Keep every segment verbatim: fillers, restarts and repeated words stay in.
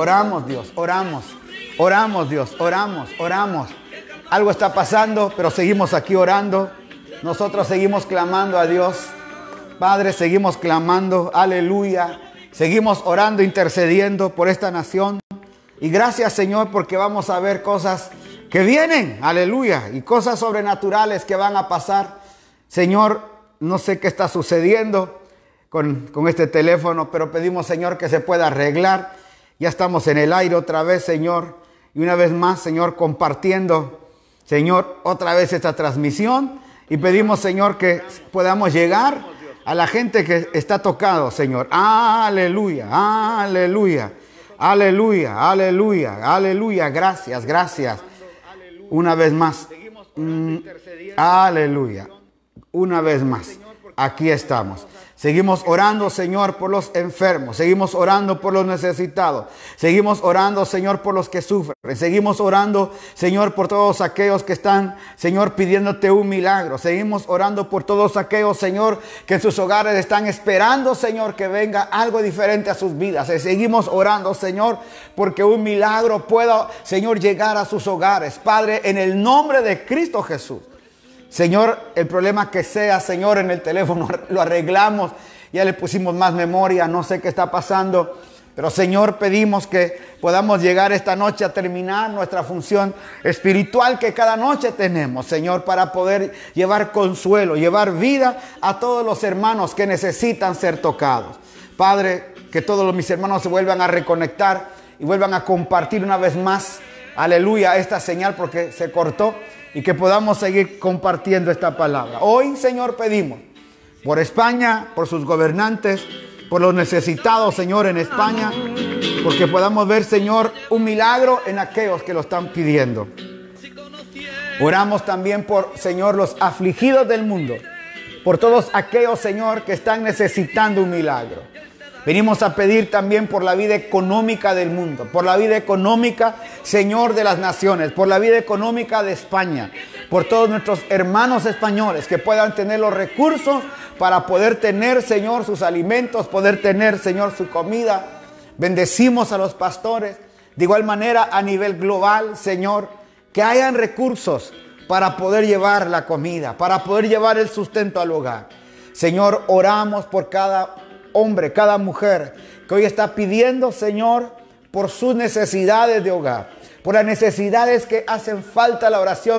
Oramos, Dios, oramos. Oramos, Dios, oramos, oramos. Algo está pasando, pero seguimos aquí orando. Nosotros seguimos clamando a Dios. Padre, seguimos clamando, aleluya. Seguimos orando, intercediendo por esta nación. Y gracias, Señor, porque vamos a ver cosas que vienen, aleluya, y cosas sobrenaturales que van a pasar. Señor, no sé qué está sucediendo con, con este teléfono, pero pedimos, Señor, que se pueda arreglar. Ya estamos en el aire otra vez, Señor, y una vez más, Señor, compartiendo, Señor, otra vez esta transmisión. Y pedimos, Señor, que podamos llegar a la gente que está tocado, Señor. Aleluya, aleluya, aleluya, aleluya, aleluya. Gracias, gracias. Una vez más. Mm, aleluya. Una vez más. Aquí estamos. Seguimos orando, Señor, por los enfermos. Seguimos orando por los necesitados. Seguimos orando, Señor, por los que sufren. Seguimos orando, Señor, por todos aquellos que están, Señor, pidiéndote un milagro. Seguimos orando por todos aquellos, Señor, que en sus hogares están esperando, Señor, que venga algo diferente a sus vidas. Seguimos orando, Señor, porque un milagro pueda, Señor, llegar a sus hogares. Padre, en el nombre de Cristo Jesús. Señor, el problema que sea, Señor, en el teléfono lo arreglamos. Ya le pusimos más memoria, no sé qué está pasando. Pero, Señor, pedimos que podamos llegar esta noche a terminar nuestra función espiritual que cada noche tenemos, Señor, para poder llevar consuelo, llevar vida a todos los hermanos que necesitan ser tocados. Padre, que todos mis hermanos se vuelvan a reconectar y vuelvan a compartir una vez más, aleluya, esta señal porque se cortó. Y que podamos seguir compartiendo esta palabra. Hoy, Señor, pedimos por España, por sus gobernantes, por los necesitados, Señor, en España, porque podamos ver, Señor, un milagro en aquellos que lo están pidiendo. Oramos también por, Señor, los afligidos del mundo, por todos aquellos, Señor, que están necesitando un milagro. Venimos a pedir también por la vida económica del mundo, por la vida económica, Señor, de las naciones, por la vida económica de España, por todos nuestros hermanos españoles que puedan tener los recursos para poder tener, Señor, sus alimentos, poder tener, Señor, su comida. Bendecimos a los pastores, de igual manera a nivel global, Señor, que hayan recursos para poder llevar la comida, para poder llevar el sustento al hogar. Señor, oramos por cada hombre, cada mujer que hoy está pidiendo, Señor, por sus necesidades de hogar, por las necesidades que hacen falta la oración.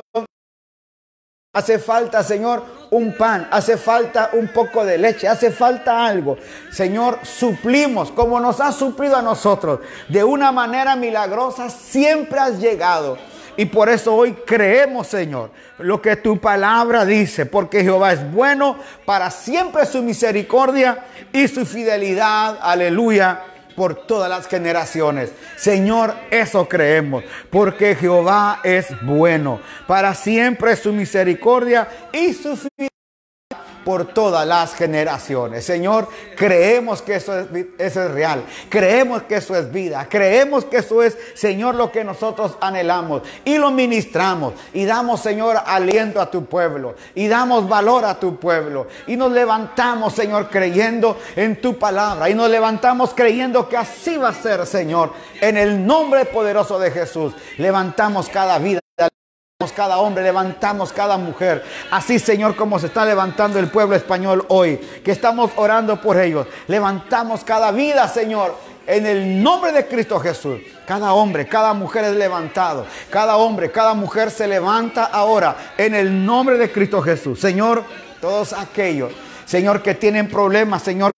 Hace falta, Señor, un pan, hace falta un poco de leche, hace falta algo. Señor, suplimos como nos has suplido a nosotros. De una manera milagrosa siempre has llegado. Y por eso hoy creemos, Señor, lo que tu palabra dice, porque Jehová es bueno, para siempre su misericordia y su fidelidad, aleluya, por todas las generaciones. Señor, eso creemos, porque Jehová es bueno, para siempre su misericordia y su fidelidad por todas las generaciones. Señor, creemos que eso es, eso es real. Creemos que eso es vida. Creemos que eso es, Señor, lo que nosotros anhelamos. Y lo ministramos. Y damos, Señor, aliento a tu pueblo. Y damos valor a tu pueblo. Y nos levantamos, Señor, creyendo en tu palabra. Y nos levantamos creyendo que así va a ser, Señor. En el nombre poderoso de Jesús. Levantamos cada vida. Cada hombre, levantamos cada mujer. Así, Señor, como se está levantando el pueblo español hoy, que estamos orando por ellos. Levantamos cada vida, Señor, en el nombre de Cristo Jesús. Cada hombre, cada mujer es levantado. Cada hombre, cada mujer se levanta ahora en el nombre de Cristo Jesús. Señor, todos aquellos, Señor, que tienen problemas, Señor,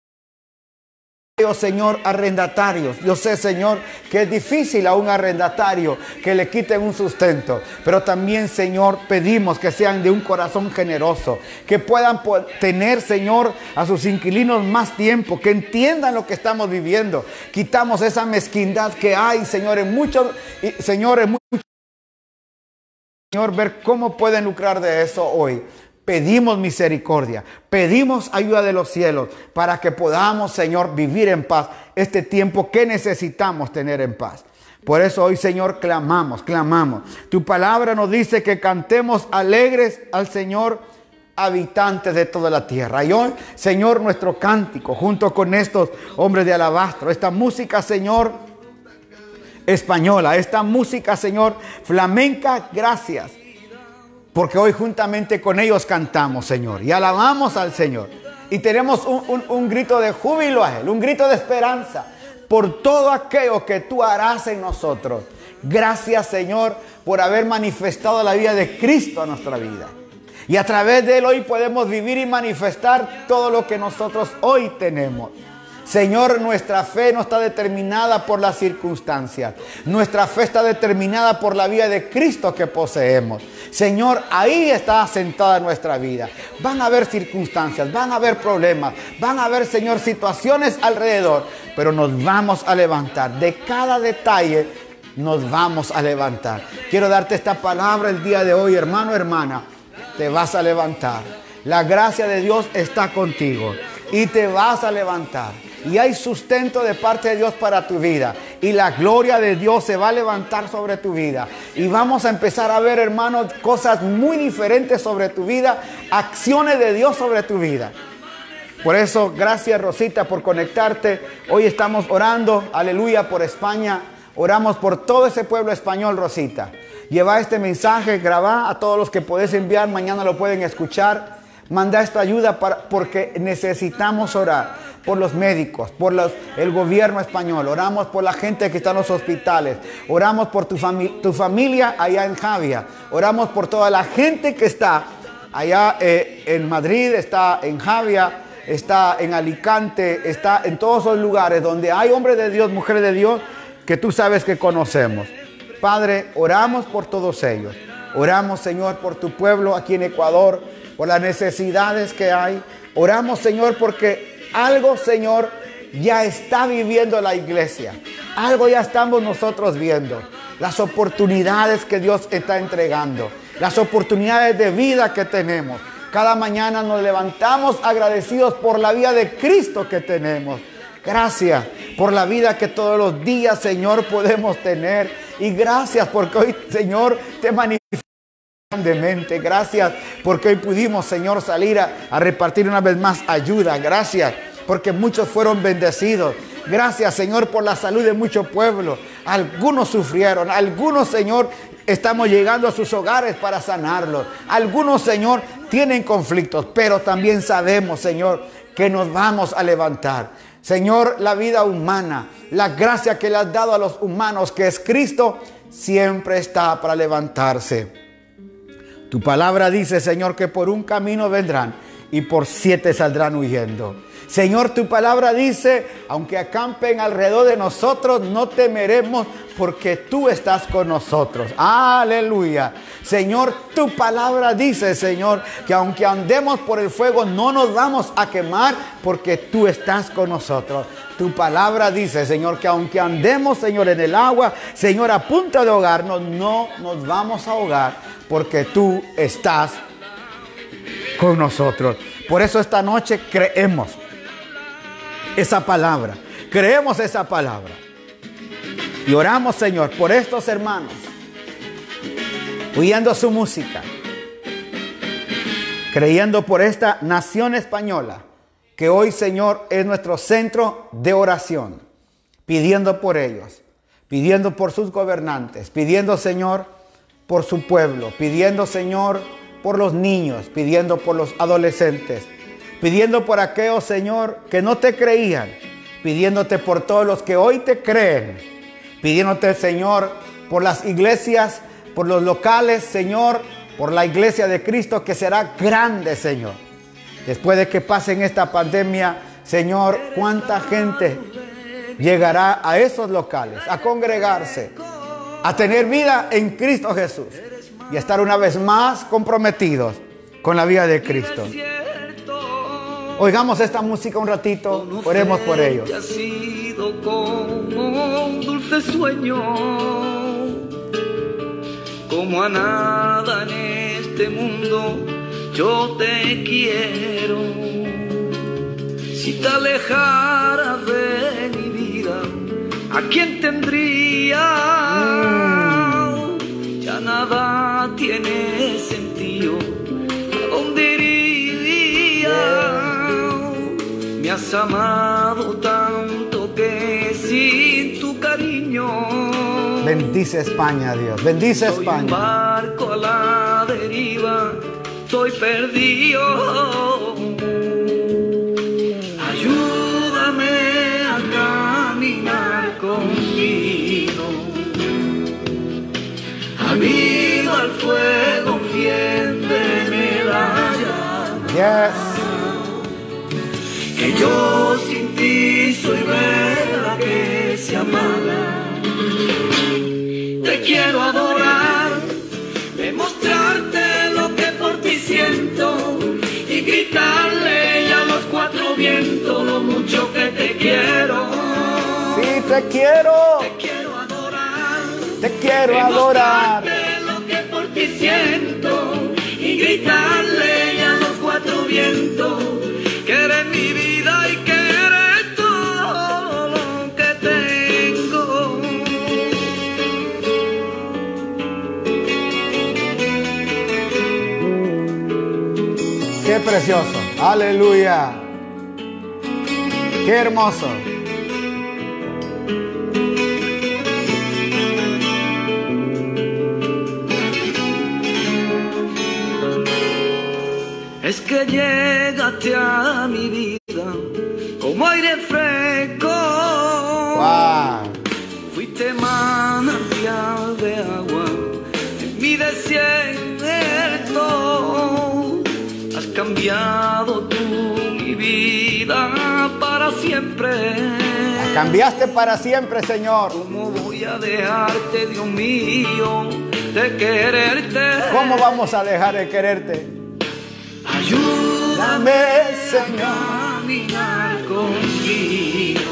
Señor, arrendatarios. Yo sé, Señor, que es difícil a un arrendatario que le quiten un sustento. Pero también, Señor, pedimos que sean de un corazón generoso. Que puedan tener, Señor, a sus inquilinos más tiempo. Que entiendan lo que estamos viviendo. Quitamos esa mezquindad que hay, Señor, en muchos, Señor, en muchos. Señor, ver cómo pueden lucrar de eso hoy. Pedimos misericordia, pedimos ayuda de los cielos para que podamos, Señor, vivir en paz este tiempo que necesitamos tener en paz. Por eso hoy, Señor, clamamos, clamamos. Tu palabra nos dice que cantemos alegres al Señor, habitantes de toda la tierra. Y hoy, Señor, nuestro cántico, junto con estos hombres de alabastro, esta música, Señor, española, esta música, Señor, flamenca, gracias. Porque hoy juntamente con ellos cantamos, Señor, y alabamos al Señor. Y tenemos un, un, un grito de júbilo a Él, un grito de esperanza por todo aquello que tú harás en nosotros. Gracias, Señor, por haber manifestado la vida de Cristo a nuestra vida. Y a través de Él hoy podemos vivir y manifestar todo lo que nosotros hoy tenemos. Señor, nuestra fe no está determinada por las circunstancias. Nuestra fe está determinada por la vida de Cristo que poseemos. Señor, ahí está asentada nuestra vida. Van a haber circunstancias, van a haber problemas, van a haber, Señor, situaciones alrededor. Pero nos vamos a levantar. De cada detalle nos vamos a levantar. Quiero darte esta palabra el día de hoy, hermano, hermana. Te vas a levantar. La gracia de Dios está contigo y te vas a levantar. Y hay sustento de parte de Dios para tu vida. Y la gloria de Dios se va a levantar sobre tu vida. Y vamos a empezar a ver, hermanos, cosas muy diferentes sobre tu vida. Acciones de Dios sobre tu vida. Por eso, gracias, Rosita, por conectarte. Hoy estamos orando, aleluya, por España. Oramos por todo ese pueblo español, Rosita. Lleva este mensaje, graba a todos los que podés enviar. Mañana lo pueden escuchar. Manda esta ayuda para, porque necesitamos orar por los médicos, por los, el gobierno español. Oramos por la gente que está en los hospitales. Oramos por tu, fami tu familia allá en Javia. Oramos por toda la gente que está allá eh, en Madrid, está en Javia, está en Alicante, está en todos esos lugares donde hay hombres de Dios, mujeres de Dios, que tú sabes que conocemos. Padre, oramos por todos ellos. Oramos, Señor, por tu pueblo aquí en Ecuador, por las necesidades que hay. Oramos, Señor, porque algo, Señor, ya está viviendo la iglesia. Algo ya estamos nosotros viendo. Las oportunidades que Dios está entregando. Las oportunidades de vida que tenemos. Cada mañana nos levantamos agradecidos por la vida de Cristo que tenemos. Gracias por la vida que todos los días, Señor, podemos tener. Y gracias porque hoy, Señor, te manifiestas grandemente. Gracias porque hoy pudimos, Señor, salir a, a repartir una vez más ayuda. Gracias porque muchos fueron bendecidos. Gracias, Señor, por la salud de muchos pueblos. Algunos sufrieron, algunos, Señor, estamos llegando a sus hogares para sanarlos. Algunos, Señor, tienen conflictos, pero también sabemos, Señor, que nos vamos a levantar. Señor, la vida humana, la gracia que le has dado a los humanos, que es Cristo, siempre está para levantarse. Tu palabra dice, Señor, que por un camino vendrán y por siete saldrán huyendo. Señor, tu palabra dice, aunque acampen alrededor de nosotros, no temeremos porque tú estás con nosotros. Aleluya. Señor, tu palabra dice, Señor, que aunque andemos por el fuego, no nos vamos a quemar porque tú estás con nosotros. Tu palabra dice, Señor, que aunque andemos, Señor, en el agua, Señor, a punto de ahogarnos, no nos vamos a ahogar porque tú estás con nosotros. Por eso esta noche creemos esa palabra. Creemos esa palabra. Y oramos, Señor, por estos hermanos, oyendo su música, creyendo por esta nación española, que hoy, Señor, es nuestro centro de oración, pidiendo por ellos, pidiendo por sus gobernantes, pidiendo, Señor, por su pueblo, pidiendo, Señor, por los niños, pidiendo por los adolescentes, pidiendo por aquellos, Señor, que no te creían, pidiéndote por todos los que hoy te creen, pidiéndote, Señor, por las iglesias, por los locales, Señor, por la iglesia de Cristo que será grande, Señor. Después de que pasen esta pandemia, Señor, cuánta gente llegará a esos locales, a congregarse, a tener vida en Cristo Jesús y a estar una vez más comprometidos con la vida de Cristo. Oigamos esta música un ratito, oremos por ellos. Ha sido como un dulce sueño, como a nada en este mundo yo te quiero. Si te alejaras de mi vida, ¿a quién tendría? Mm. Ya nada tiene sentido. ¿A dónde iría? Me has amado tanto que sin tu cariño Bendice España, Dios. Bendice Soy un España. barco a la deriva, soy perdido. Ayúdame a caminar contigo. Amigo al fuego, enciéndeme la llama. Yes. Que yo sin ti soy vela que se apaga. Te quiero adorar, demostrarte lo que por ti siento y gritarle a los cuatro vientos lo mucho que te quiero. Sí, te quiero. Te quiero adorar, Te quiero adorar. demostrarte lo que por ti siento y gritarle a los cuatro vientos que eres mi vida y que eres todo lo que tengo. Qué precioso. Aleluya. Qué hermoso. Es que llegaste a mi vida como aire fresco. Wow. Fuiste manantial de agua en mi desierto. Has cambiado tú mi vida para siempre. La cambiaste para siempre, Señor. ¿Cómo voy a dejarte, Dios mío, de quererte? ¿Cómo vamos a dejar de quererte? Ayúdame, Señor, a caminar contigo.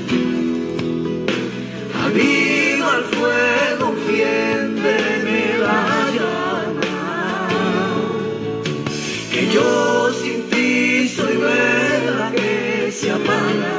Amigo al fuego, enciéndeme la llama. Que yo sin ti soy vela que se apaga.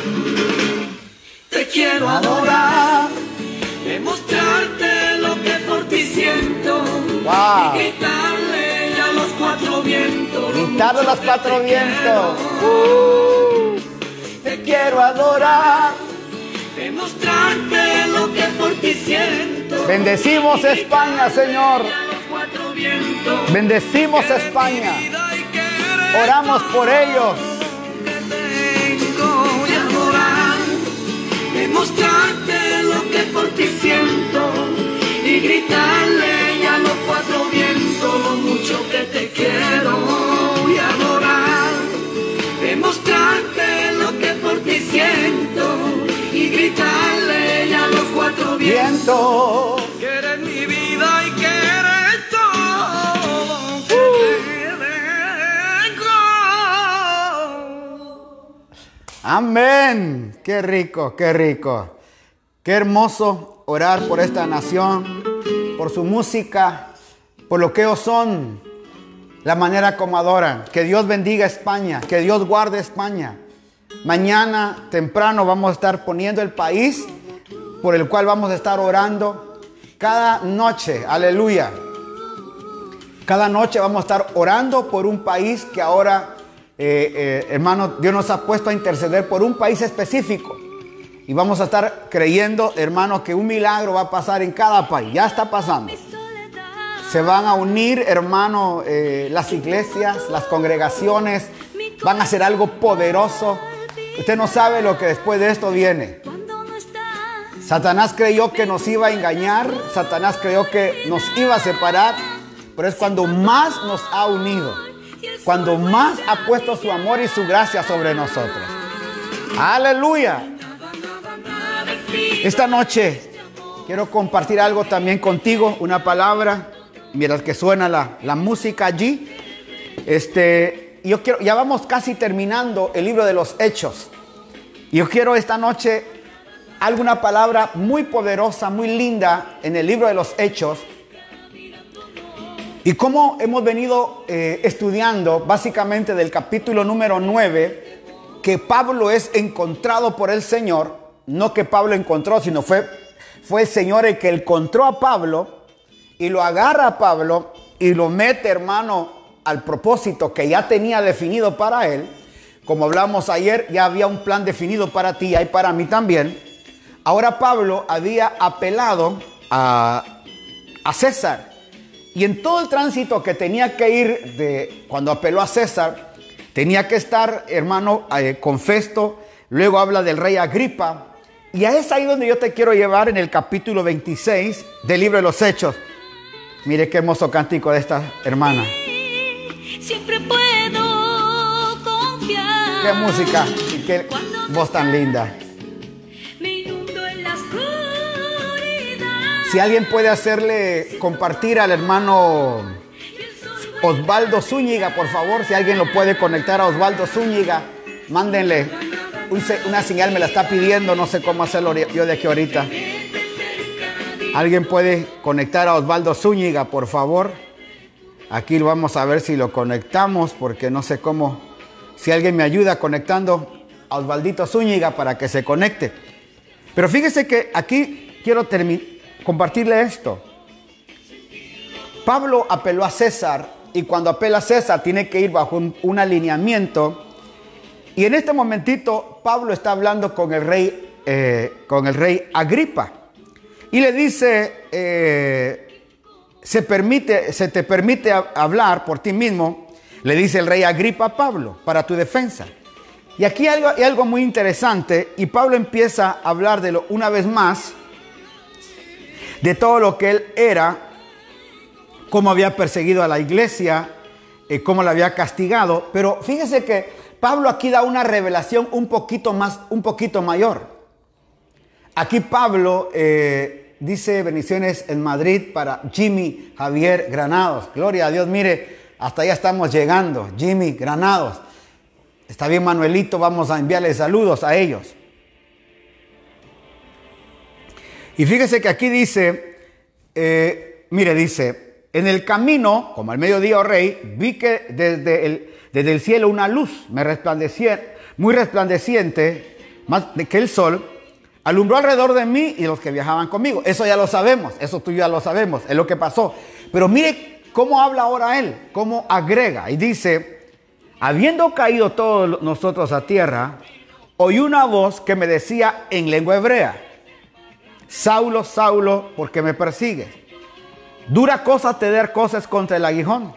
Te quiero adorar, demostrarte lo que por ti siento. Wow. Y gritarle a los cuatro vientos. Gritarle a los cuatro vientos. Uh, te quiero adorar. Demostrarte lo que por ti siento. Bendecimos España, Señor. Bendecimos España. Oramos por ellos. Demostrarte lo que por ti siento y gritarle a los cuatro vientos lo mucho que te quiero y adorar. Demostrarte lo que por ti siento y gritarle a los cuatro vientos que eres mi vida y que eres todo que tengo. Amén. Qué rico, qué rico. Qué hermoso orar por esta nación, por su música, por lo que ellos son, la manera como adoran. Que Dios bendiga España, que Dios guarde España. Mañana temprano vamos a estar poniendo el país por el cual vamos a estar orando cada noche. Aleluya. Cada noche vamos a estar orando por un país que ahora, eh, eh, hermano, Dios nos ha puesto a interceder por un país específico. Y vamos a estar creyendo, hermano, que un milagro va a pasar en cada país. Ya está pasando. Se van a unir, hermano, eh, las iglesias, las congregaciones. Van a hacer algo poderoso. Usted no sabe lo que después de esto viene. Satanás creyó que nos iba a engañar. Satanás creyó que nos iba a separar. Pero es cuando más nos ha unido. Cuando más ha puesto su amor y su gracia sobre nosotros. Aleluya. Esta noche quiero compartir algo también contigo. Una palabra. Mientras que suena la, la música allí. Este... Yo quiero, ya vamos casi terminando el libro de los Hechos. Yo quiero esta noche alguna palabra muy poderosa, muy linda en el libro de los Hechos. Y cómo hemos venido eh, estudiando básicamente del capítulo número nueve, que Pablo es encontrado por el Señor. No que Pablo encontró, sino fue, fue el Señor el que encontró a Pablo y lo agarra a Pablo y lo mete, hermano, al propósito que ya tenía definido para él. Como hablamos ayer, ya había un plan definido para ti y para mí también. Ahora Pablo había apelado a, a César. Y en todo el tránsito que tenía que ir de cuando apeló a César, tenía que estar, hermano, eh, con Festo. Luego habla del rey Agripa. Y es ahí donde yo te quiero llevar en el capítulo veintiséis del libro de los Hechos. Mire qué hermoso cántico de esta hermana. Siempre puedo confiar. Qué música y qué voz tan linda. Me inundo en la oscuridad. Si alguien puede hacerle compartir al hermano Osvaldo Zúñiga, por favor, si alguien lo puede conectar a Osvaldo Zúñiga, mándenle un, una señal, me la está pidiendo, no sé cómo hacerlo yo de aquí ahorita. ¿Alguien puede conectar a Osvaldo Zúñiga, por favor? Aquí vamos a ver si lo conectamos, porque no sé cómo. Si alguien me ayuda conectando a Osvaldito Zúñiga para que se conecte. Pero fíjese que aquí quiero compartirle esto. Pablo apeló a César, y cuando apela a César tiene que ir bajo un, un alineamiento. Y en este momentito Pablo está hablando con el rey, eh, con el rey Agripa. Y le dice, eh, se, permite, se te permite hablar por ti mismo, le dice el rey Agripa a Pablo, para tu defensa. Y aquí hay algo, hay algo muy interesante, y Pablo empieza a hablar de lo, una vez más, de todo lo que él era, cómo había perseguido a la iglesia, eh, cómo la había castigado. Pero fíjese que Pablo aquí da una revelación un poquito más, un poquito mayor. Aquí Pablo eh, dice bendiciones en Madrid para Jimmy Javier Granados. Gloria a Dios, mire, hasta allá estamos llegando. Jimmy Granados. Está bien, Manuelito, vamos a enviarle saludos a ellos. Y fíjese que aquí dice, eh, mire, dice, en el camino, como al mediodía, oh rey, vi que desde el, desde el cielo una luz me resplandecía, muy resplandeciente, más que el sol, alumbró alrededor de mí y los que viajaban conmigo. Eso ya lo sabemos, eso tú ya lo sabemos, es lo que pasó. Pero mire cómo habla ahora él, cómo agrega y dice, habiendo caído todos nosotros a tierra, oí una voz que me decía en lengua hebrea, Saulo, Saulo, ¿por qué me persigues? Dura cosa tener cosas contra el aguijón.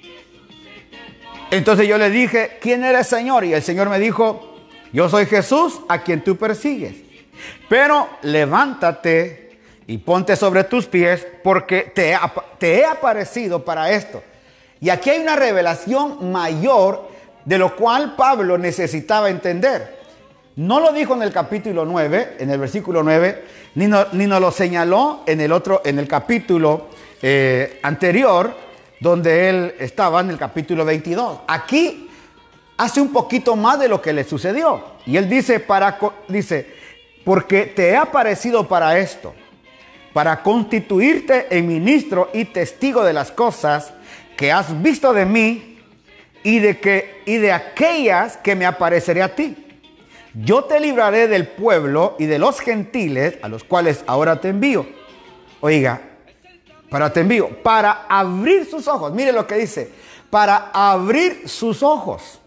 Entonces yo le dije, ¿quién eres, Señor? Y el Señor me dijo, yo soy Jesús a quien tú persigues. Pero levántate y ponte sobre tus pies, porque te he, te he aparecido para esto. Y aquí hay una revelación mayor de lo cual Pablo necesitaba entender. No lo dijo en el capítulo nueve, en el versículo nueve, ni, no, ni nos lo señaló en el otro, en el capítulo eh, anterior, donde él estaba en el capítulo veintidós. Aquí hace un poquito más de lo que le sucedió. Y él dice, para, dice, porque te he aparecido para esto, para constituirte en ministro y testigo de las cosas que has visto de mí y de, que, y de aquellas que me apareceré a ti. Yo te libraré del pueblo y de los gentiles, a los cuales ahora te envío. Oiga, para te envío, para abrir sus ojos. Mire lo que dice, para abrir sus ojos,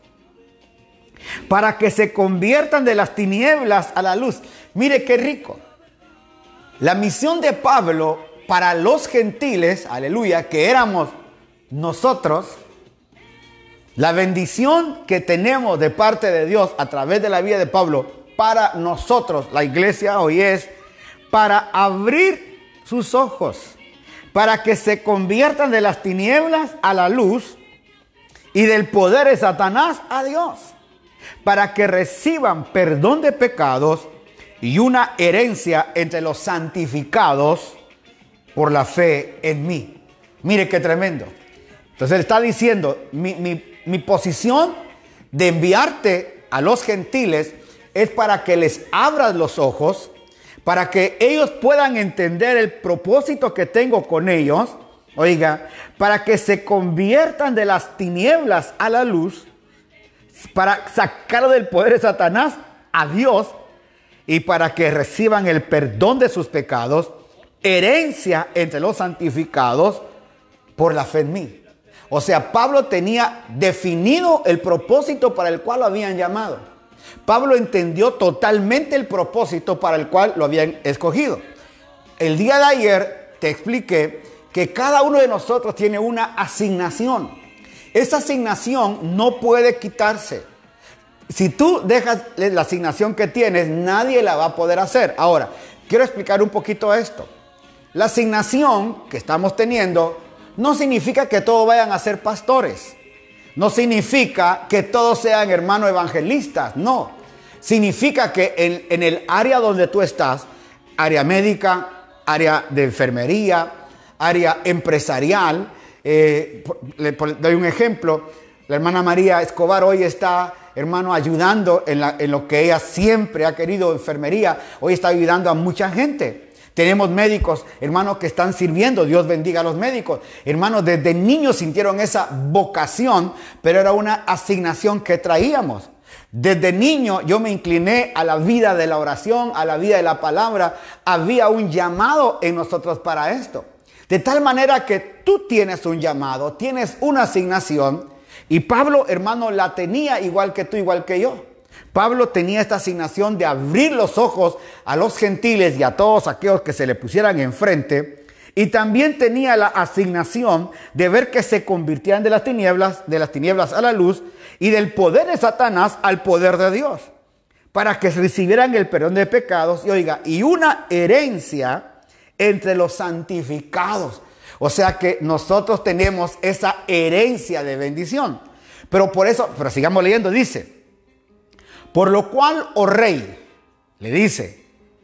para que se conviertan de las tinieblas a la luz. Mire qué rico. La misión de Pablo para los gentiles, aleluya, que éramos nosotros, la bendición que tenemos de parte de Dios a través de la vida de Pablo para nosotros, la iglesia hoy, es para abrir sus ojos, para que se conviertan de las tinieblas a la luz y del poder de Satanás a Dios, para que reciban perdón de pecados y una herencia entre los santificados por la fe en mí. Mire qué tremendo. Entonces él está diciendo, mi, mi, mi posición de enviarte a los gentiles es para que les abras los ojos, para que ellos puedan entender el propósito que tengo con ellos, oiga, para que se conviertan de las tinieblas a la luz, para sacarlo del poder de Satanás a Dios, y para que reciban el perdón de sus pecados, herencia entre los santificados por la fe en mí. O sea, Pablo tenía definido el propósito para el cual lo habían llamado. Pablo entendió totalmente el propósito para el cual lo habían escogido. El día de ayer te expliqué que cada uno de nosotros tiene una asignación. Esa asignación no puede quitarse. Si tú dejas la asignación que tienes, nadie la va a poder hacer. Ahora, quiero explicar un poquito esto. La asignación que estamos teniendo no significa que todos vayan a ser pastores. No significa que todos sean hermanos evangelistas. No. Significa que en, en el área donde tú estás, área médica, área de enfermería, área empresarial, eh, le, le doy un ejemplo. La hermana María Escobar hoy está, hermano, ayudando en, la, en lo que ella siempre ha querido, enfermería. Hoy está ayudando a mucha gente. Tenemos médicos, hermanos, que están sirviendo. Dios bendiga a los médicos. Hermanos, desde niños sintieron esa vocación, pero era una asignación que traíamos. Desde niño yo me incliné a la vida de la oración, a la vida de la palabra. Había un llamado en nosotros para esto. De tal manera que tú tienes un llamado, tienes una asignación. Y Pablo, hermano, la tenía igual que tú, igual que yo. Pablo tenía esta asignación de abrir los ojos a los gentiles y a todos aquellos que se le pusieran enfrente. Y también tenía la asignación de ver que se convirtieran de las tinieblas, de las tinieblas a la luz, y del poder de Satanás al poder de Dios, para que recibieran el perdón de pecados y, oiga, y una herencia entre los santificados. O sea que nosotros tenemos esa herencia de bendición. Pero por eso, pero sigamos leyendo, dice: por lo cual, oh rey, le dice,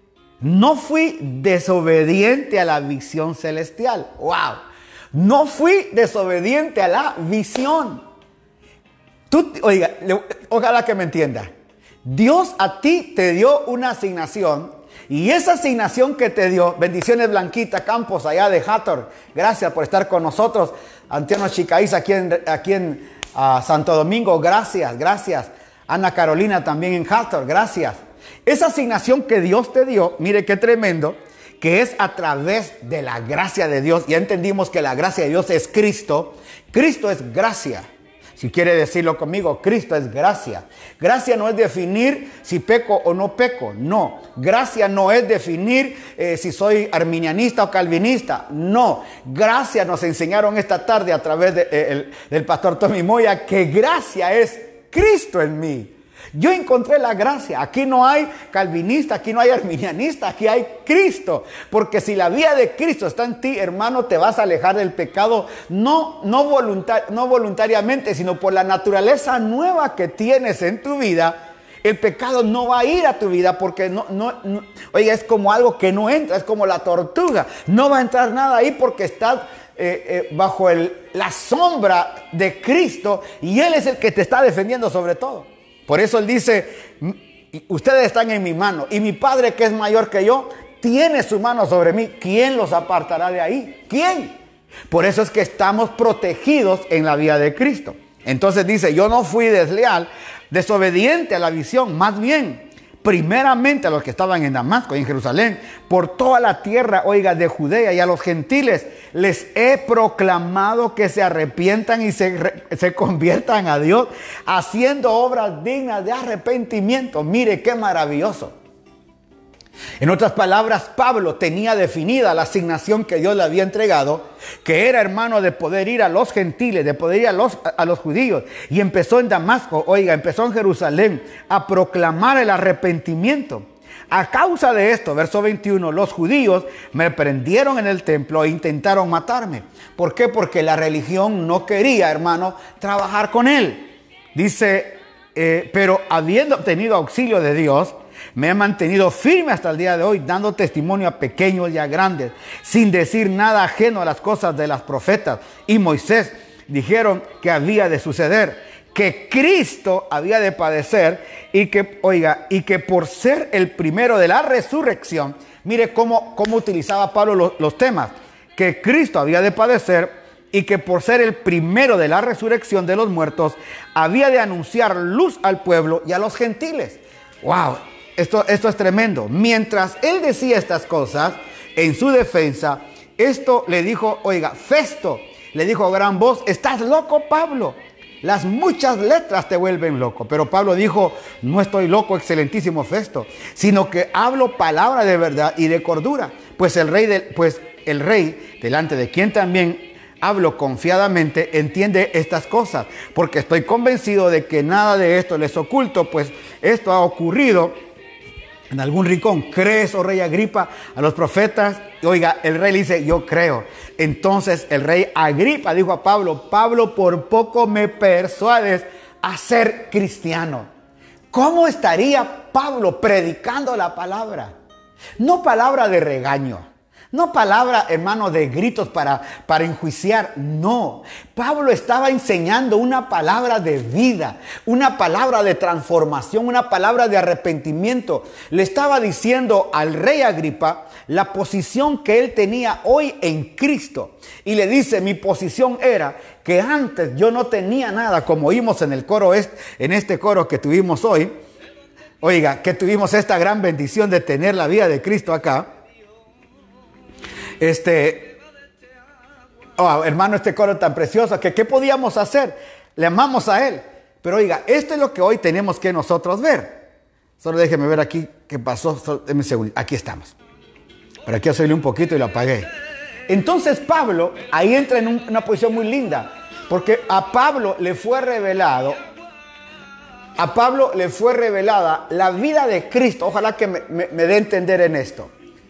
no fui desobediente a la visión celestial. ¡Wow! No fui desobediente a la visión. Tú, oiga, le, ojalá que me entienda. Dios a ti te dio una asignación. Y esa asignación que te dio, bendiciones Blanquita Campos allá de Hathor. Gracias por estar con nosotros. Antiano Chicaís aquí en, aquí en uh, Santo Domingo. Gracias, gracias. Ana Carolina también en Hathor. Gracias. Esa asignación que Dios te dio, mire qué tremendo, que es a través de la gracia de Dios. Ya entendimos que la gracia de Dios es Cristo. Cristo es gracia. Si quiere decirlo conmigo, Cristo es gracia. Gracia no es definir si peco o no peco. No. Gracia no es definir eh, si soy arminianista o calvinista. No. Gracia nos enseñaron esta tarde a través de, eh, el, del pastor Tommy Moya que gracia es Cristo en mí. Yo encontré la gracia. Aquí no hay calvinista, aquí no hay arminianista, aquí hay Cristo. Porque si la vida de Cristo está en ti, hermano, te vas a alejar del pecado, no, no, voluntar, no voluntariamente, sino por la naturaleza nueva que tienes en tu vida. El pecado no va a ir a tu vida porque no, no, no, oiga, es como algo que no entra, es como la tortuga. No va a entrar nada ahí porque estás eh, eh, bajo el, la sombra de Cristo y Él es el que te está defendiendo sobre todo. Por eso Él dice, ustedes están en mi mano y mi Padre que es mayor que yo, tiene su mano sobre mí. ¿Quién los apartará de ahí? ¿Quién? Por eso es que estamos protegidos en la vida de Cristo. Entonces dice, yo no fui desleal, desobediente a la visión, más bien, primeramente a los que estaban en Damasco y en Jerusalén, por toda la tierra, oiga, de Judea y a los gentiles, les he proclamado que se arrepientan y se, se conviertan a Dios, haciendo obras dignas de arrepentimiento. Mire qué maravilloso. En otras palabras, Pablo tenía definida la asignación que Dios le había entregado, que era, hermano, de poder ir a los gentiles, de poder ir a los, a los judíos. Y empezó en Damasco, oiga, empezó en Jerusalén a proclamar el arrepentimiento. A causa de esto, verso veintiuno, los judíos me prendieron en el templo e intentaron matarme. ¿Por qué? Porque la religión no quería, hermano, trabajar con él. Dice, eh, pero habiendo obtenido auxilio de Dios, me he mantenido firme hasta el día de hoy, dando testimonio a pequeños y a grandes, sin decir nada ajeno a las cosas de las profetas y Moisés dijeron que había de suceder, que Cristo había de padecer y que, oiga, y que por ser el primero de la resurrección, mire cómo, cómo utilizaba Pablo los, los temas, que Cristo había de padecer y que por ser el primero de la resurrección de los muertos, había de anunciar luz al pueblo y a los gentiles. ¡Wow! Esto, esto es tremendo. Mientras él decía estas cosas, en su defensa, esto le dijo, oiga, Festo, le dijo a gran voz, ¿estás loco, Pablo? Las muchas letras te vuelven loco. Pero Pablo dijo, no estoy loco, excelentísimo Festo, sino que hablo palabra de verdad y de cordura. Pues el rey, de, pues el rey delante de quien también hablo confiadamente, entiende estas cosas, porque estoy convencido de que nada de esto les oculto, pues esto ha ocurrido en algún rincón. ¿Crees, oh rey Agripa, a los profetas? Y oiga, el rey le dice, yo creo. Entonces el rey Agripa dijo a Pablo, Pablo, por poco me persuades a ser cristiano. ¿Cómo estaría Pablo predicando la palabra? No palabra de regaño. No palabra, hermano, de gritos para, para enjuiciar. No. Pablo estaba enseñando una palabra de vida, una palabra de transformación, una palabra de arrepentimiento. Le estaba diciendo al rey Agripa la posición que él tenía hoy en Cristo. Y le dice, mi posición era que antes yo no tenía nada, como oímos en el coro, este, en este coro que tuvimos hoy. Oiga, que tuvimos esta gran bendición de tener la vida de Cristo acá. Este, oh, hermano, este coro tan precioso, que ¿qué podíamos hacer? Le amamos a Él. Pero oiga, esto es lo que hoy tenemos que nosotros ver. Solo déjeme ver aquí qué pasó. Solo, déjeme un segundo. Aquí estamos. Pero aquí subí un poquito y lo apagué. Entonces Pablo ahí entra en un, una posición muy linda. Porque a Pablo le fue revelado, a Pablo le fue revelada la vida de Cristo. Ojalá que me, me, me dé a entender en esto.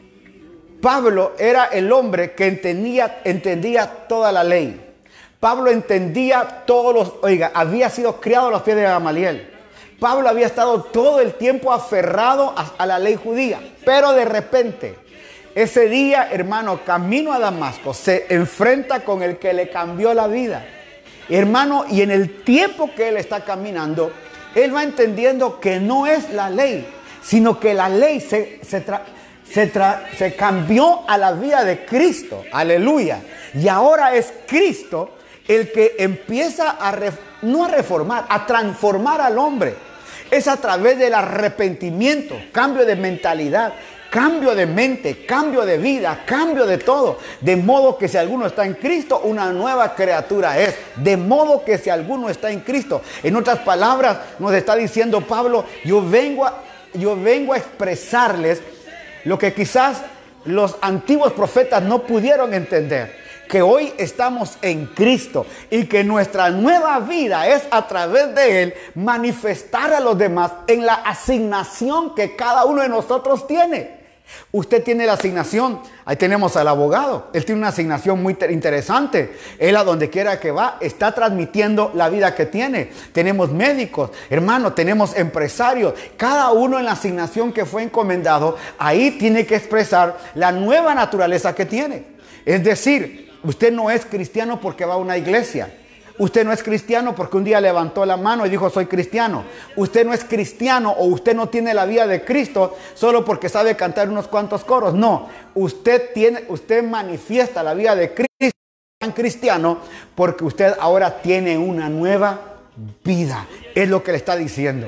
Pablo era el hombre que entendía, entendía toda la ley. Pablo entendía todos los... Oiga, había sido criado a los pies de Gamaliel. Pablo había estado todo el tiempo aferrado a, a la ley judía. Pero de repente, ese día, hermano, camino a Damasco, se enfrenta con el que le cambió la vida. Hermano, y en el tiempo que él está caminando, él va entendiendo que no es la ley, sino que la ley se, se, tra- se, tra- se cambió a la vida de Cristo. Aleluya. Y ahora es Cristo el que empieza a, ref- no a reformar, a transformar al hombre. Es a través del arrepentimiento, cambio de mentalidad, cambio de mente, cambio de vida, cambio de todo. De modo que si alguno está en Cristo, una nueva criatura es. De modo que si alguno está en Cristo. En otras palabras, nos está diciendo Pablo, yo vengo a, yo vengo a expresarles lo que quizás los antiguos profetas no pudieron entender. Que hoy estamos en Cristo y que nuestra nueva vida es a través de Él manifestar a los demás en la asignación que cada uno de nosotros tiene. Usted tiene la asignación, ahí tenemos al abogado, él tiene una asignación muy interesante. Él a donde quiera que va está transmitiendo la vida que tiene. Tenemos médicos, hermano, tenemos empresarios, cada uno en la asignación que fue encomendado, ahí tiene que expresar la nueva naturaleza que tiene. Es decir, usted no es cristiano porque va a una iglesia. Usted no es cristiano porque un día levantó la mano y dijo soy cristiano. Usted no es cristiano o usted no tiene la vida de Cristo solo porque sabe cantar unos cuantos coros. No, usted tiene, usted manifiesta la vida de Cristo, tan cristiano, porque usted ahora tiene una nueva vida. Es lo que le está diciendo.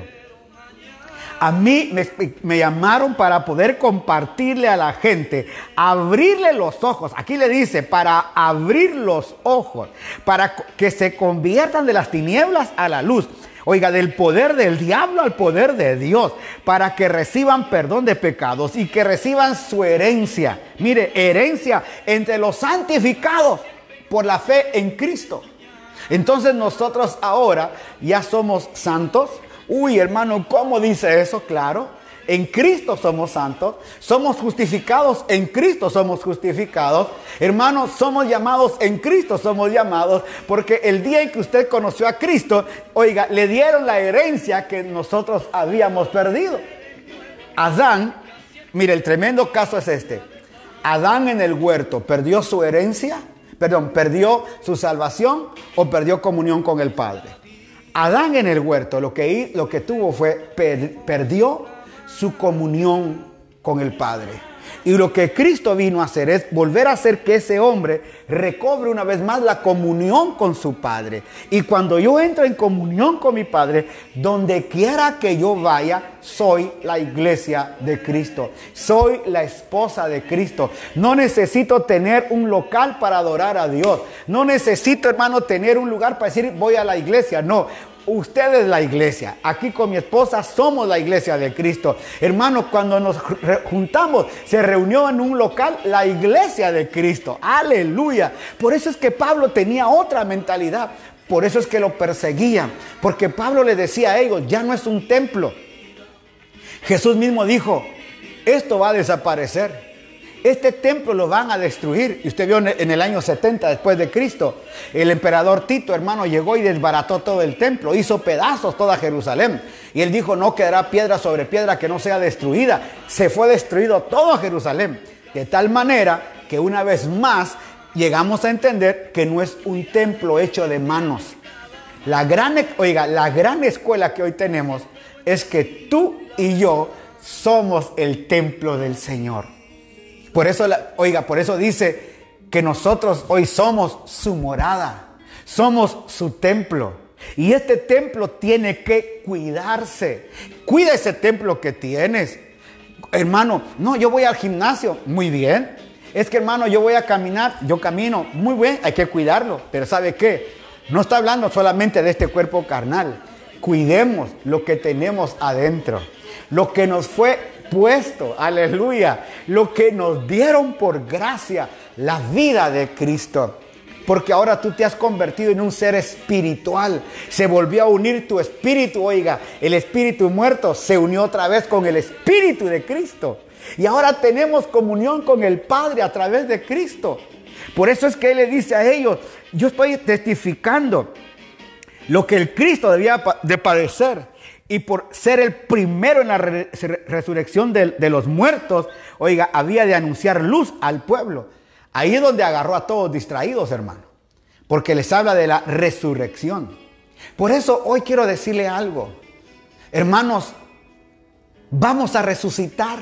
A mí me, me llamaron para poder compartirle a la gente, abrirle los ojos. Aquí le dice, para abrir los ojos, para que se conviertan de las tinieblas a la luz. Oiga, del poder del diablo al poder de Dios, para que reciban perdón de pecados y que reciban su herencia. Mire, herencia entre los santificados por la fe en Cristo. Entonces nosotros ahora ya somos santos. Uy, hermano, ¿cómo dice eso? Claro, en Cristo somos santos, somos justificados, en Cristo somos justificados. Hermanos, somos llamados, en Cristo somos llamados, porque el día en que usted conoció a Cristo, oiga, le dieron la herencia que nosotros habíamos perdido. Adán, mire, el tremendo caso es este. Adán en el huerto perdió su herencia, perdón, perdió su salvación o perdió comunión con el Padre. Adán en el huerto lo que, lo que tuvo fue, per, perdió su comunión con el Padre. Y lo que Cristo vino a hacer es volver a hacer que ese hombre recobre una vez más la comunión con su Padre. Y cuando yo entro en comunión con mi Padre, donde quiera que yo vaya, soy la iglesia de Cristo. Soy la esposa de Cristo. No necesito tener un local para adorar a Dios. No necesito, hermano, tener un lugar para decir voy a la iglesia. No. Usted es la iglesia. Aquí con mi esposa somos la iglesia de Cristo. Hermano, cuando nos juntamos, se reunió en un local la iglesia de Cristo. Aleluya. Por eso es que Pablo tenía otra mentalidad. Por eso es que lo perseguían. Porque Pablo le decía a ellos, ya no es un templo. Jesús mismo dijo, esto va a desaparecer. Este templo lo van a destruir. Y usted vio en el año setenta después de Cristo, el emperador Tito, hermano, llegó y desbarató todo el templo, hizo pedazos toda Jerusalén. Y él dijo, no quedará piedra sobre piedra que no sea destruida. Se fue destruido todo Jerusalén. De tal manera que una vez más llegamos a entender que no es un templo hecho de manos. La gran, oiga, la gran escuela que hoy tenemos es que tú y yo somos el templo del Señor. Por eso, oiga, por eso dice que nosotros hoy somos su morada, somos su templo. Y este templo tiene que cuidarse. Cuida ese templo que tienes. Hermano, no, yo voy al gimnasio, muy bien. Es que, hermano, yo voy a caminar, yo camino, muy bien, hay que cuidarlo. Pero ¿sabe qué? No está hablando solamente de este cuerpo carnal. Cuidemos lo que tenemos adentro, lo que nos fue puesto, aleluya, lo que nos dieron por gracia, la vida de Cristo. Porque ahora tú te has convertido en un ser espiritual. Se volvió a unir tu espíritu, oiga, el espíritu muerto se unió otra vez con el espíritu de Cristo. Y ahora tenemos comunión con el Padre a través de Cristo. Por eso es que Él le dice a ellos, yo estoy testificando lo que el Cristo debía de padecer. Y por ser el primero en la re resurrección de, de los muertos, oiga, había de anunciar luz al pueblo. Ahí es donde agarró a todos distraídos, hermano. Porque les habla de la resurrección. Por eso hoy quiero decirle algo. Hermanos, vamos a resucitar.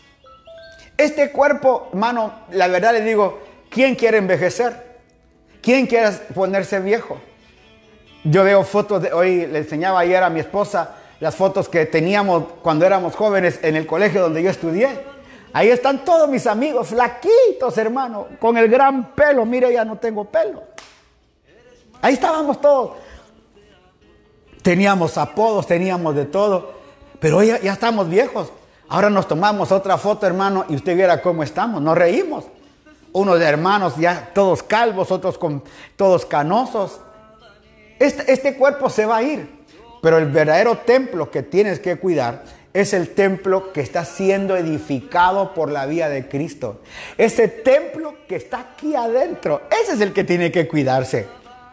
Este cuerpo, hermano, la verdad le digo, ¿quién quiere envejecer? ¿Quién quiere ponerse viejo? Yo veo fotos de, hoy le enseñaba ayer a mi esposa las fotos que teníamos cuando éramos jóvenes en el colegio donde yo estudié. Ahí están todos mis amigos, flaquitos, hermano, con el gran pelo. Mire, ya no tengo pelo. Ahí estábamos todos. Teníamos apodos, teníamos de todo. Pero hoy ya, ya estamos viejos. Ahora nos tomamos otra foto, hermano, y usted viera cómo estamos. Nos reímos. Unos de hermanos ya todos calvos, otros con, todos canosos. Este, este cuerpo se va a ir. Pero el verdadero templo que tienes que cuidar es el templo que está siendo edificado por la vida de Cristo. Ese templo que está aquí adentro, ese es el que tiene que cuidarse.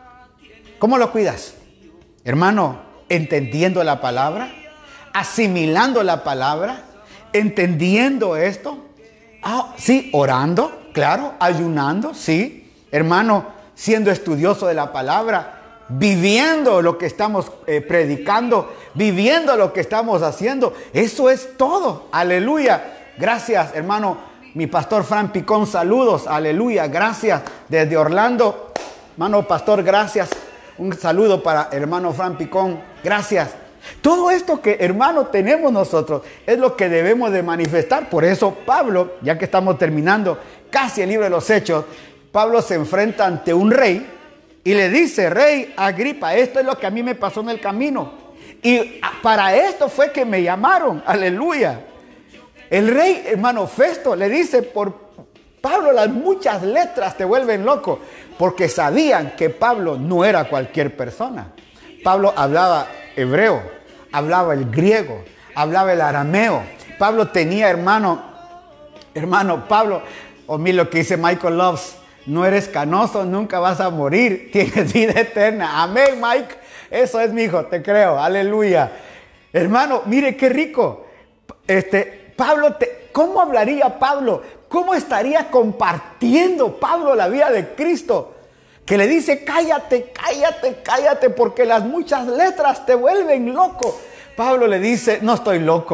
¿Cómo lo cuidas? Hermano, entendiendo la palabra, asimilando la palabra, entendiendo esto. Ah, sí, orando, claro, ayunando, sí. Hermano, siendo estudioso de la palabra, viviendo lo que estamos eh, predicando, viviendo lo que estamos haciendo. Eso es todo. Aleluya. Gracias, hermano. Mi pastor Fran Picón, saludos. Aleluya. Gracias. Desde Orlando. Hermano pastor, gracias. Un saludo para el hermano Fran Picón. Gracias. Todo esto que, hermano, tenemos nosotros es lo que debemos de manifestar. Por eso Pablo, ya que estamos terminando casi el libro de los Hechos, Pablo se enfrenta ante un rey y le dice, rey Agripa, esto es lo que a mí me pasó en el camino. Y para esto fue que me llamaron. Aleluya. El rey, hermano Festo, le dice, por Pablo las muchas letras te vuelven loco. Porque sabían que Pablo no era cualquier persona. Pablo hablaba hebreo, hablaba el griego, hablaba el arameo. Pablo tenía, hermano, hermano Pablo, o mira lo que dice Michael Loves, no eres canoso, nunca vas a morir, tienes vida eterna. Amén, Mike. Eso es, mi hijo, te creo. Aleluya. Hermano, mire qué rico. Este, Pablo, te, ¿cómo hablaría Pablo? ¿Cómo estaría compartiendo Pablo la vida de Cristo? Que le dice, cállate, cállate, cállate, porque las muchas letras te vuelven loco. Pablo le dice, no estoy loco.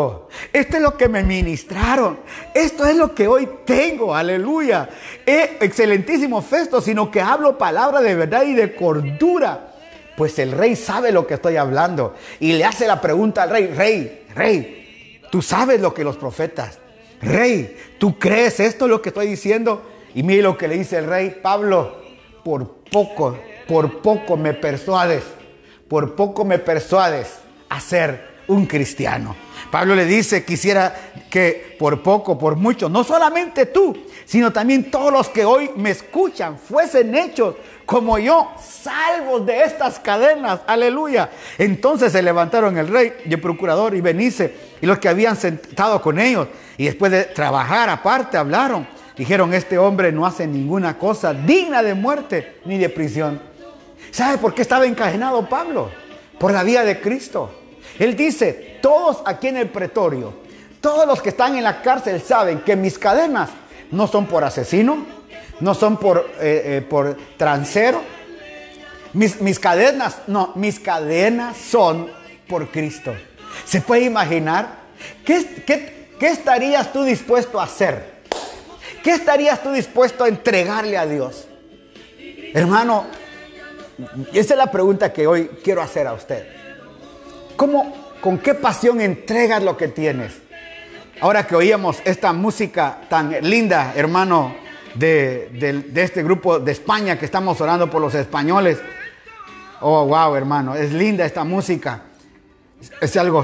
Esto es lo que me ministraron. Esto es lo que hoy tengo. Aleluya. Eh, excelentísimo Festo, sino que hablo palabra de verdad y de cordura. Pues el rey sabe lo que estoy hablando. Y le hace la pregunta al rey. Rey, rey, tú sabes lo que los profetas. Rey, ¿tú crees esto lo que estoy diciendo? Y mire lo que le dice el rey. Pablo, por poco, por poco me persuades. Por poco me persuades a ser un cristiano. Pablo le dice, quisiera que por poco, por mucho, no solamente tú, sino también todos los que hoy me escuchan, fuesen hechos como yo, salvos de estas cadenas. Aleluya. Entonces se levantaron el rey y el procurador y Benice y los que habían sentado con ellos. Y después de trabajar aparte, hablaron. Dijeron, este hombre no hace ninguna cosa digna de muerte ni de prisión. ¿Sabe por qué estaba encadenado Pablo? Por la vida de Cristo. Él dice, todos aquí en el pretorio, todos los que están en la cárcel saben que mis cadenas no son por asesino, no son por, eh, eh, por transero. Mis, mis cadenas, no, mis cadenas son por Cristo. ¿Se puede imaginar? ¿Qué, qué, qué estarías tú dispuesto a hacer? ¿Qué estarías tú dispuesto a entregarle a Dios? Hermano, esa es la pregunta que hoy quiero hacer a usted. ¿Cómo, con qué pasión entregas lo que tienes? Ahora que oíamos esta música tan linda, hermano, de, de, de este grupo de España que estamos orando por los españoles. Oh, wow, hermano, es linda esta música. Es, es algo...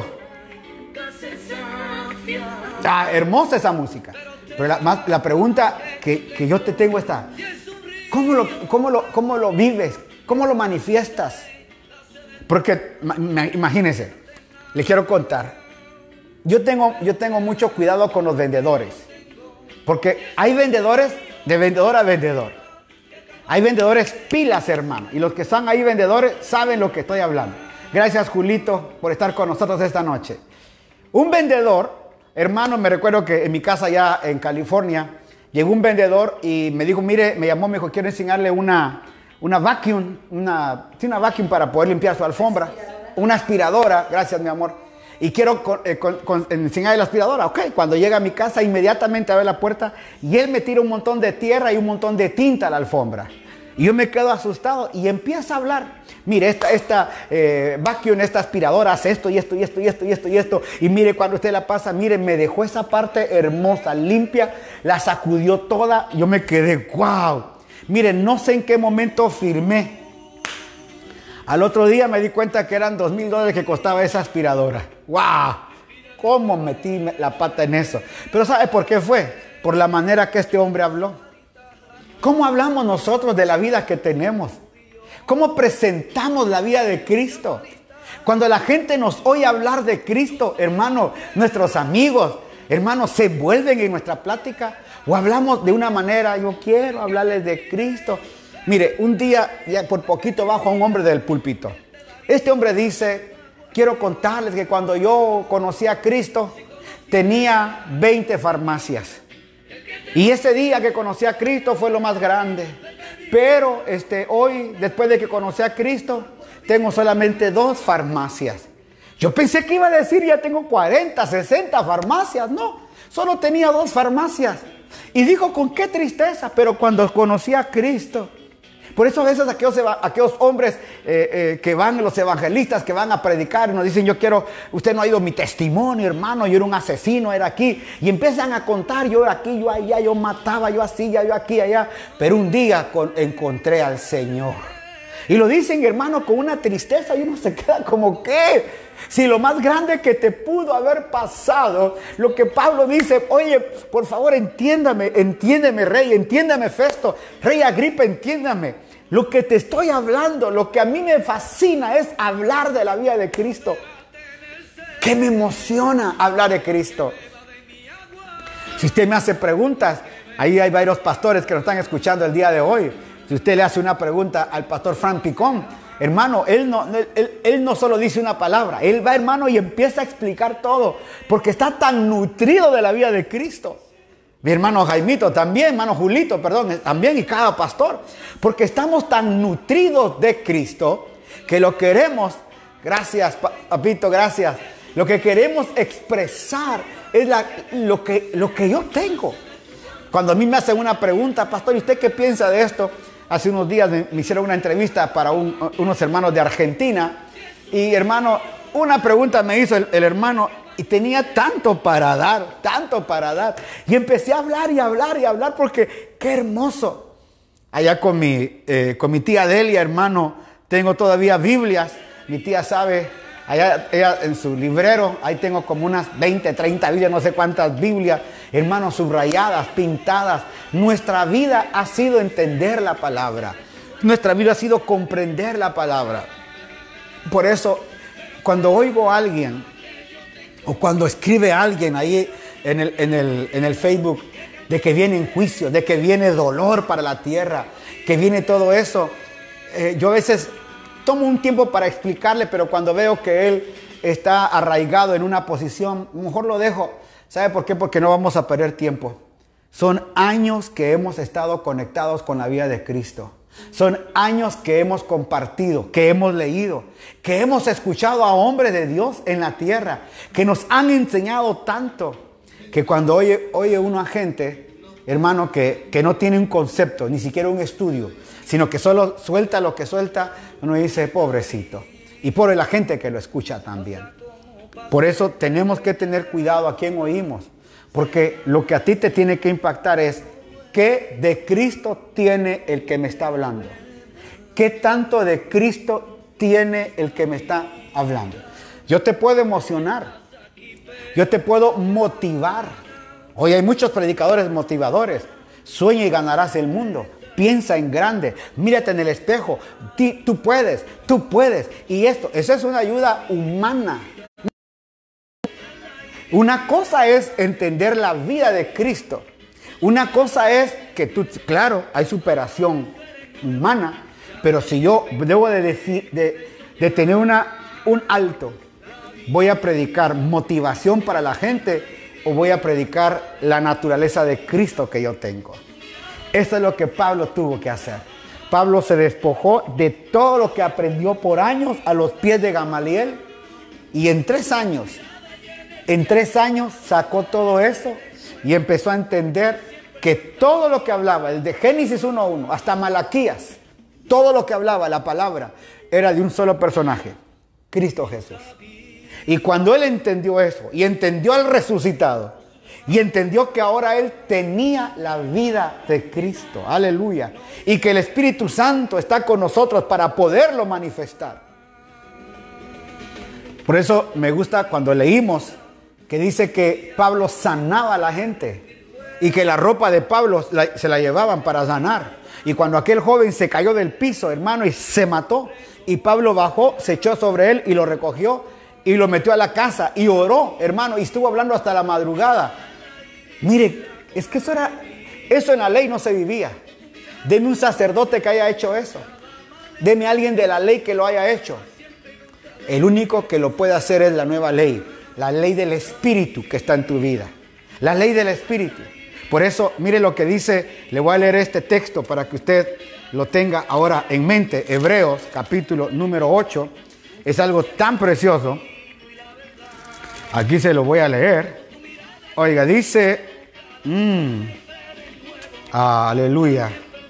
Ah, hermosa esa música. Pero la, más, la pregunta que, que yo te tengo está, ¿cómo lo, cómo, lo, ¿cómo lo vives? ¿Cómo lo manifiestas? Porque imagínense, les quiero contar. Yo tengo, yo tengo mucho cuidado con los vendedores. Porque hay vendedores de vendedor a vendedor. Hay vendedores pilas, hermano. Y los que están ahí vendedores saben lo que estoy hablando. Gracias, Julito, por estar con nosotros esta noche. Un vendedor, hermano, me recuerdo que en mi casa allá en California, llegó un vendedor y me dijo, mire, me llamó, me dijo, quiero enseñarle una... Una vacuum, una, sí, una vacuum para poder limpiar su alfombra. Una aspiradora, gracias mi amor. Y quiero con, eh, con, con, enseñarle la aspiradora. Ok, cuando llega a mi casa, inmediatamente abre la puerta y él me tira un montón de tierra y un montón de tinta a la alfombra. Y yo me quedo asustado y empieza a hablar. Mire, esta, esta eh, vacuum, esta aspiradora hace esto y esto y esto y esto y esto y esto. Y mire, cuando usted la pasa, mire, me dejó esa parte hermosa, limpia, la sacudió toda. Yo me quedé, wow. Miren, no sé en qué momento firmé. Al otro día me di cuenta que eran dos mil dólares que costaba esa aspiradora. ¡Wow! ¿Cómo metí la pata en eso? Pero ¿sabe por qué fue? Por la manera que este hombre habló. ¿Cómo hablamos nosotros de la vida que tenemos? ¿Cómo presentamos la vida de Cristo? Cuando la gente nos oye hablar de Cristo, hermano, nuestros amigos, hermanos, se envuelven en nuestra plática. O hablamos de una manera, yo quiero hablarles de Cristo. Mire, un día, ya por poquito bajo a un hombre del púlpito. Este hombre dice, quiero contarles que cuando yo conocí a Cristo, tenía veinte farmacias. Y ese día que conocí a Cristo fue lo más grande. Pero este, hoy, después de que conocí a Cristo, tengo solamente dos farmacias. Yo pensé que iba a decir, ya tengo cuarenta, sesenta farmacias. No, solo tenía dos farmacias. Y dijo, con qué tristeza, pero cuando conocí a Cristo. Por eso a veces aquellos, aquellos hombres eh, eh, que van, los evangelistas que van a predicar, nos dicen, yo quiero, usted no ha oído mi testimonio, hermano, yo era un asesino, era aquí. Y empiezan a contar, yo era aquí, yo allá, yo mataba, yo así, yo aquí, allá. Pero un día con, encontré al Señor. Y lo dicen, hermano, con una tristeza y uno se queda como, ¿qué? Si lo más grande que te pudo haber pasado, lo que Pablo dice, oye, por favor, entiéndame, entiéndeme, rey, entiéndame, Festo, rey Agripa, entiéndame. Lo que te estoy hablando, lo que a mí me fascina es hablar de la vida de Cristo. ¿Qué me emociona hablar de Cristo? Si usted me hace preguntas, ahí hay varios pastores que nos están escuchando el día de hoy. Si usted le hace una pregunta al pastor Frank Picón, hermano, él no, él, él no solo dice una palabra, él va, hermano, y empieza a explicar todo, porque está tan nutrido de la vida de Cristo. Mi hermano Jaimito también, hermano Julito, perdón, también, y cada pastor, porque estamos tan nutridos de Cristo que lo queremos, gracias, papito, gracias, Lo que queremos expresar es la, lo, que, lo que yo tengo. Cuando a mí me hacen una pregunta, pastor, ¿y usted qué piensa de esto? Hace unos días me, me hicieron una entrevista para un, unos hermanos de Argentina. Y hermano, una pregunta me hizo el, el hermano y tenía tanto para dar, tanto para dar. Y empecé a hablar y hablar y hablar porque qué hermoso. Allá con mi, eh, con mi tía Delia, hermano, tengo todavía Biblias. Mi tía sabe, allá ella, en su librero, ahí tengo como unas veinte, treinta Biblias, no sé cuántas Biblias, hermanos, subrayadas, pintadas. Nuestra vida ha sido entender la palabra. Nuestra vida ha sido comprender la palabra. Por eso, cuando oigo a alguien, o cuando escribe alguien ahí en el, en el, en el Facebook, de que viene juicio, de que viene dolor para la tierra, que viene todo eso, eh, yo a veces tomo un tiempo para explicarle, pero cuando veo que él está arraigado en una posición, mejor lo dejo. ¿Sabe por qué? Porque no vamos a perder tiempo. Son años que hemos estado conectados con la vida de Cristo. Son años que hemos compartido, que hemos leído, que hemos escuchado a hombres de Dios en la tierra, que nos han enseñado tanto, que cuando oye, oye uno a gente, hermano, que, que no tiene un concepto, ni siquiera un estudio, sino que solo suelta lo que suelta, uno dice, pobrecito. Y pobre la gente que lo escucha también. Por eso tenemos que tener cuidado a quién oímos, porque lo que a ti te tiene que impactar es, ¿qué de Cristo tiene el que me está hablando? ¿Qué tanto de Cristo tiene el que me está hablando? Yo te puedo emocionar. Yo te puedo motivar. Hoy hay muchos predicadores motivadores. Sueña y ganarás el mundo. Piensa en grande. Mírate en el espejo. Ti, tú puedes, tú puedes. Y esto, eso es una ayuda humana. Una cosa es entender la vida de Cristo. Una cosa es que tú, claro, hay superación humana, pero si yo debo de, decir, de, de tener una, un alto, voy a predicar motivación para la gente o voy a predicar la naturaleza de Cristo que yo tengo. Eso es lo que Pablo tuvo que hacer. Pablo se despojó de todo lo que aprendió por años a los pies de Gamaliel y en tres años, en tres años sacó todo eso. Y empezó a entender que todo lo que hablaba, desde Génesis uno uno hasta Malaquías, todo lo que hablaba la palabra era de un solo personaje, Cristo Jesús. Y cuando él entendió eso, y entendió al resucitado, y entendió que ahora él tenía la vida de Cristo, aleluya, y que el Espíritu Santo está con nosotros para poderlo manifestar. Por eso me gusta cuando leímos que dice que Pablo sanaba a la gente y que la ropa de Pablo la, se la llevaban para sanar. Y cuando aquel joven se cayó del piso, hermano, y se mató, y Pablo bajó, se echó sobre él y lo recogió y lo metió a la casa y oró, hermano, y estuvo hablando hasta la madrugada. Mire, es que eso era, eso en la ley no se vivía. Deme un sacerdote que haya hecho eso. Deme a alguien de la ley que lo haya hecho. El único que lo puede hacer es la nueva ley. La ley del Espíritu que está en tu vida. La ley del Espíritu. Por eso, mire lo que dice, le voy a leer este texto para que usted lo tenga ahora en mente. Hebreos, capítulo número ocho. Es algo tan precioso. Aquí se lo voy a leer. Oiga, dice... Mmm, aleluya.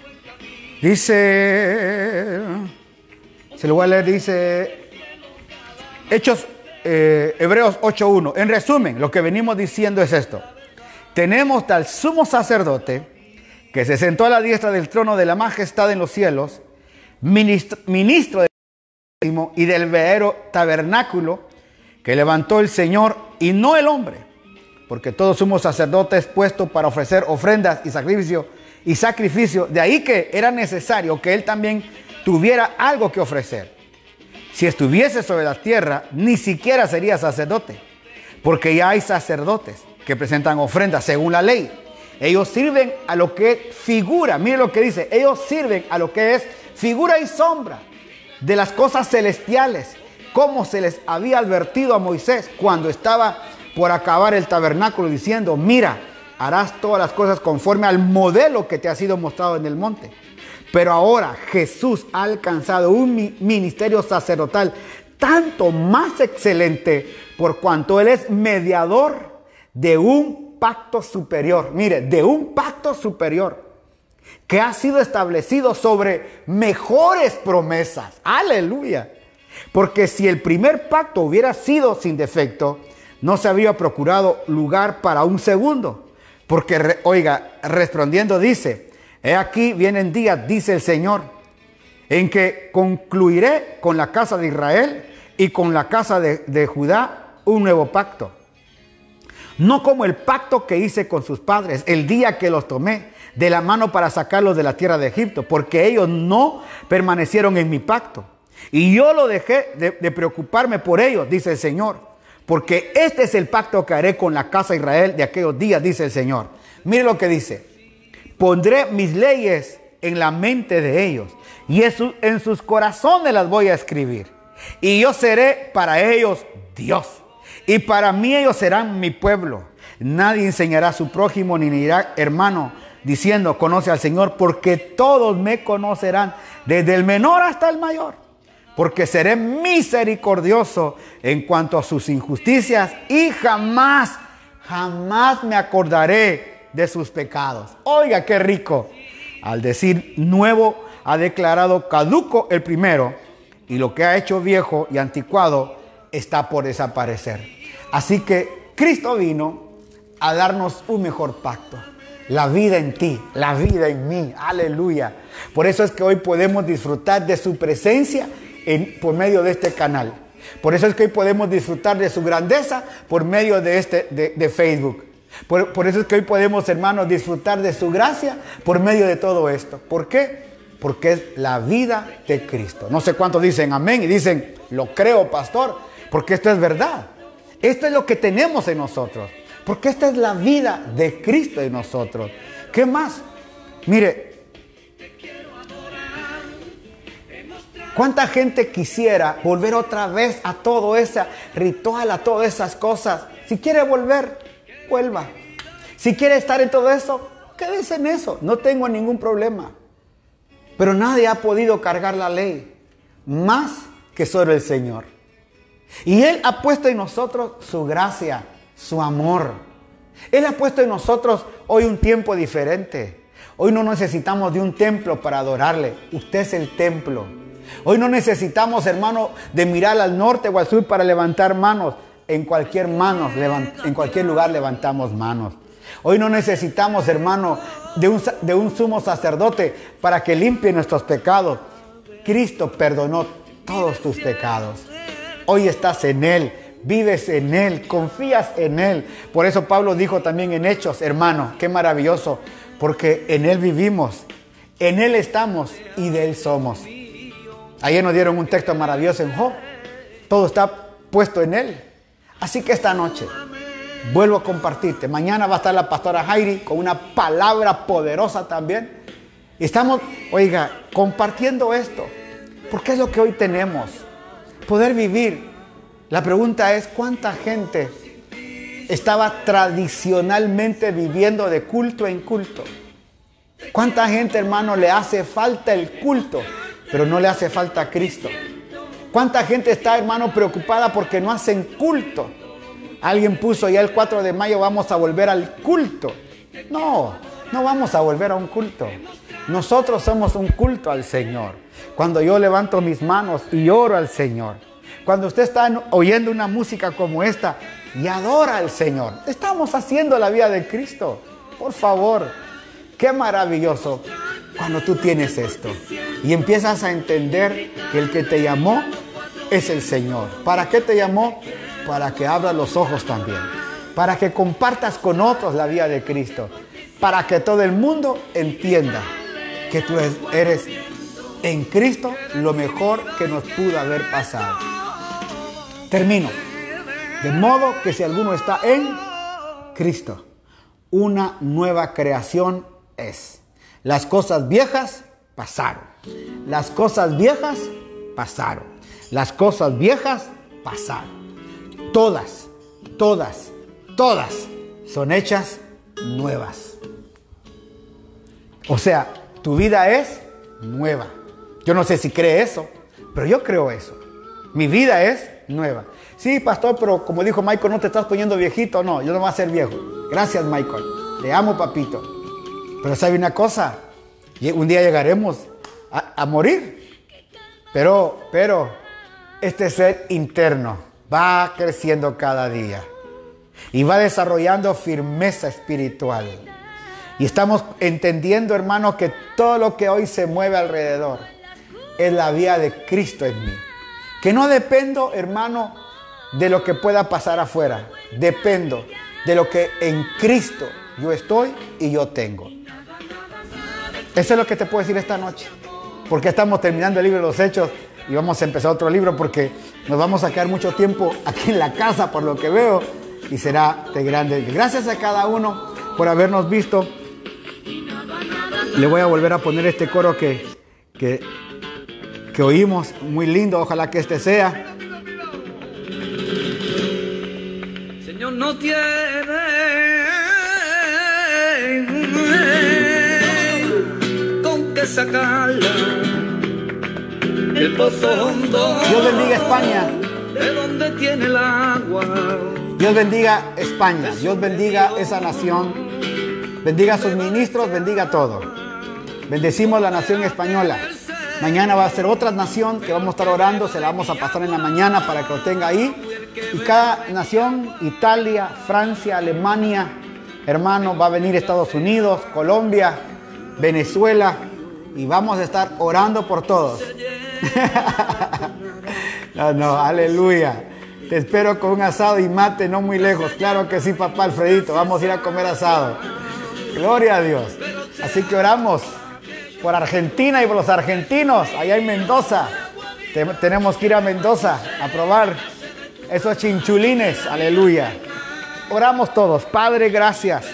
Dice... Se lo voy a leer, dice... Hechos... Eh, Hebreos ocho uno. En resumen, lo que venimos diciendo es esto. Tenemos tal sumo sacerdote que se sentó a la diestra del trono de la majestad en los cielos, ministro, ministro del Altísimo y del verdadero tabernáculo que levantó el Señor y no el hombre, porque todo sumo sacerdote es puesto para ofrecer ofrendas y sacrificio y sacrificio. De ahí que era necesario que él también tuviera algo que ofrecer. Si estuviese sobre la tierra, ni siquiera sería sacerdote, porque ya hay sacerdotes que presentan ofrendas según la ley. Ellos sirven a lo que es figura, mire lo que dice, ellos sirven a lo que es figura y sombra de las cosas celestiales, como se les había advertido a Moisés cuando estaba por acabar el tabernáculo, diciendo, mira, harás todas las cosas conforme al modelo que te ha sido mostrado en el monte. Pero ahora Jesús ha alcanzado un ministerio sacerdotal tanto más excelente por cuanto Él es mediador de un pacto superior. Mire, de un pacto superior que ha sido establecido sobre mejores promesas. Aleluya. Porque si el primer pacto hubiera sido sin defecto, no se habría procurado lugar para un segundo. Porque, re, oiga, respondiendo dice, he aquí vienen días, dice el Señor, en que concluiré con la casa de Israel y con la casa de, de Judá un nuevo pacto. No como el pacto que hice con sus padres el día que los tomé de la mano para sacarlos de la tierra de Egipto, porque ellos no permanecieron en mi pacto. Y yo lo dejé de, de preocuparme por ellos, dice el Señor, porque este es el pacto que haré con la casa de Israel de aquellos días, dice el Señor. Mire lo que dice. Pondré mis leyes en la mente de ellos y en sus corazones las voy a escribir. Y yo seré para ellos Dios. Y para mí ellos serán mi pueblo. Nadie enseñará a su prójimo ni dirá hermano, diciendo, conoce al Señor, porque todos me conocerán, desde el menor hasta el mayor. Porque seré misericordioso en cuanto a sus injusticias y jamás, jamás me acordaré de sus pecados. Oiga, qué rico. Al decir nuevo, ha declarado caduco el primero, y lo que ha hecho viejo y anticuado está por desaparecer. Así que Cristo vino a darnos un mejor pacto. La vida en ti, la vida en mí. Aleluya. Por eso es que hoy podemos disfrutar de su presencia en, por medio de este canal. Por eso es que hoy podemos disfrutar de su grandeza por medio de, este, de, de Facebook. Por, por eso es que hoy podemos, hermanos, disfrutar de su gracia por medio de todo esto. ¿Por qué? Porque es la vida de Cristo. No sé cuántos dicen amén y dicen, lo creo, pastor, porque esto es verdad. Esto es lo que tenemos en nosotros. Porque esta es la vida de Cristo en nosotros. ¿Qué más? Mire, ¿cuánta gente quisiera volver otra vez a todo ese ritual, a todas esas cosas? Si quiere volver, vuelva. Si quiere estar en todo eso, quédese en eso. No tengo ningún problema. Pero nadie ha podido cargar la ley más que solo el Señor. Y Él ha puesto en nosotros su gracia, su amor. Él ha puesto en nosotros hoy un tiempo diferente. Hoy no necesitamos de un templo para adorarle. Usted es el templo. Hoy no necesitamos, hermano, de mirar al norte o al sur para levantar manos. En cualquier manos, en cualquier lugar levantamos manos. Hoy no necesitamos, hermano, de un, de un sumo sacerdote para que limpie nuestros pecados. Cristo perdonó todos tus pecados. Hoy estás en Él, vives en Él, confías en Él. Por eso Pablo dijo también en Hechos, hermano, qué maravilloso, porque en Él vivimos, en Él estamos y de Él somos. Ayer nos dieron un texto maravilloso en Job. Todo está puesto en Él. Así que esta noche vuelvo a compartirte. Mañana va a estar la pastora Jairi con una palabra poderosa también. Y estamos, oiga, compartiendo esto. Porque es lo que hoy tenemos. Poder vivir. La pregunta es, ¿cuánta gente estaba tradicionalmente viviendo de culto en culto? ¿Cuánta gente, hermano, le hace falta el culto, pero no le hace falta a Cristo? ¿Cuánta gente está, hermano, preocupada porque no hacen culto? Alguien puso ya el cuatro de mayo vamos a volver al culto. No, no vamos a volver a un culto. Nosotros somos un culto al Señor. Cuando yo levanto mis manos y oro al Señor. Cuando usted está oyendo una música como esta y adora al Señor. Estamos haciendo la vida de Cristo. Por favor, qué maravilloso cuando tú tienes esto. Y empiezas a entender que el que te llamó es el Señor. ¿Para qué te llamó? Para que abras los ojos también. Para que compartas con otros la vida de Cristo. Para que todo el mundo entienda que tú eres en Cristo lo mejor que nos pudo haber pasado. Termino. De modo que si alguno está en Cristo, una nueva creación es. Las cosas viejas pasaron. Las cosas viejas pasaron. Las cosas viejas pasaron. Todas, todas, todas son hechas nuevas. O sea, tu vida es nueva. Yo no sé si cree eso, pero yo creo eso. Mi vida es nueva. Sí, pastor, pero como dijo Michael, no te estás poniendo viejito. No, yo no voy a ser viejo. Gracias, Michael. Te amo, papito. Pero sabe una cosa, un día llegaremos a, a morir. Pero, pero, este ser interno va creciendo cada día. Y va desarrollando firmeza espiritual. Y estamos entendiendo, hermano, que todo lo que hoy se mueve alrededor es la vida de Cristo en mí. Que no dependo, hermano, de lo que pueda pasar afuera. Dependo de lo que en Cristo yo estoy y yo tengo. Eso es lo que te puedo decir esta noche. Porque estamos terminando el libro de los Hechos y vamos a empezar otro libro porque nos vamos a quedar mucho tiempo aquí en la casa por lo que veo y será de grande. Gracias a cada uno por habernos visto. Le voy a volver a poner este coro que, que, que oímos, muy lindo, ojalá que este sea. Señor, no tiene con qué sacarla el pozo hondo. Dios bendiga España. De donde tiene el agua. Dios bendiga España. Dios bendiga esa nación. Bendiga a sus ministros, bendiga todo. Bendecimos la nación española. Mañana va a ser otra nación que vamos a estar orando. Se la vamos a pasar en la mañana para que lo tenga ahí. Y cada nación, Italia, Francia, Alemania, hermano, va a venir Estados Unidos, Colombia, Venezuela. Y vamos a estar orando por todos. No, no, aleluya. Te espero con un asado y mate no muy lejos. Claro que sí, papá Alfredito. Vamos a ir a comer asado. Gloria a Dios. Así que oramos por Argentina y por los argentinos allá en Mendoza. Te- tenemos que ir a Mendoza a probar esos chinchulines. Aleluya. Oramos todos. Padre, gracias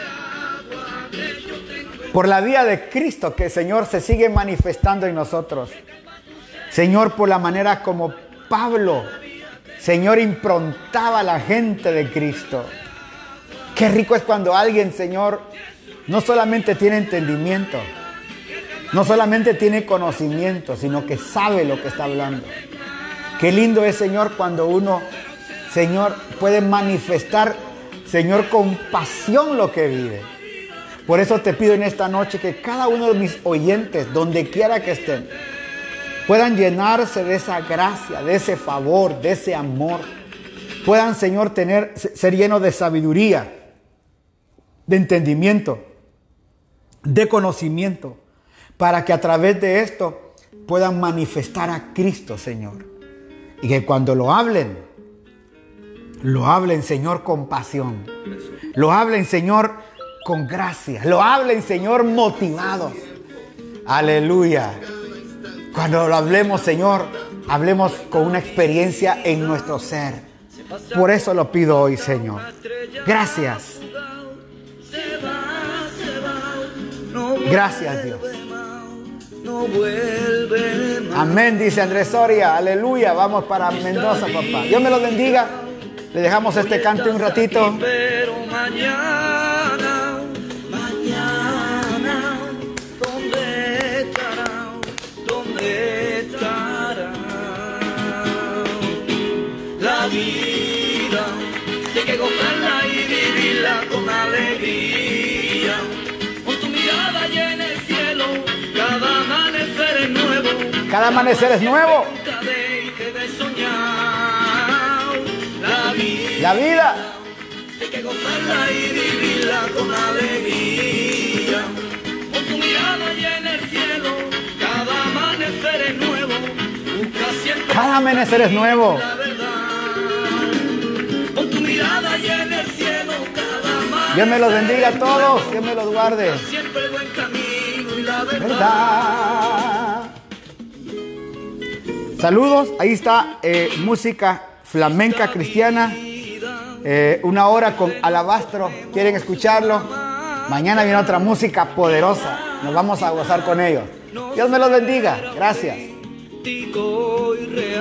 por la vida de Cristo que, Señor, se sigue manifestando en nosotros. Señor, por la manera como Pablo, Señor, improntaba a la gente de Cristo. Qué rico es cuando alguien, Señor, no solamente tiene entendimiento, no solamente tiene conocimiento, sino que sabe lo que está hablando. Qué lindo es, Señor, cuando uno, Señor, puede manifestar, Señor, con pasión lo que vive. Por eso te pido en esta noche que cada uno de mis oyentes, donde quiera que estén, puedan llenarse de esa gracia, de ese favor, de ese amor. Puedan, Señor, tener, ser llenos de sabiduría, de entendimiento, de conocimiento, para que a través de esto puedan manifestar a Cristo, Señor. Y que cuando lo hablen, lo hablen, Señor, con pasión. Lo hablen, Señor, con gracia. Lo hablen, Señor, motivados. Aleluya. Cuando lo hablemos, Señor, hablemos con una experiencia en nuestro ser. Por eso lo pido hoy, Señor. Gracias. Gracias, Dios. Amén, dice Andrés Soria. Aleluya. Vamos para Mendoza, papá. Dios me lo bendiga. Le dejamos este canto un ratito. Pero mañana, mañana, ¿dónde estará? ¿Dónde estará? La vida, hay que gozarla y vivirla con alegría. Con tu mirada llena el cielo, cada amanecer es nuevo. Cada amanecer es nuevo. Nunca deje de soñar. La vida, La vida. hay que gozarla y vivirla con alegría. Con tu mirada llena el cielo, cada amanecer es nuevo. Busca siempre Cada amanecer es nuevo. la verdad. Con tu mirada llena el cielo, cada amanecer. Dios me los bendiga a todos. Dios me los guarde. Siempre el buen camino y la verdad. ¿Verdad? Saludos. Ahí está eh, música flamenca cristiana. Eh, una hora con Alabastro. ¿Quieren escucharlo? Mañana viene otra música poderosa. Nos vamos a gozar con ellos. Dios me los bendiga. Gracias. Tico y re-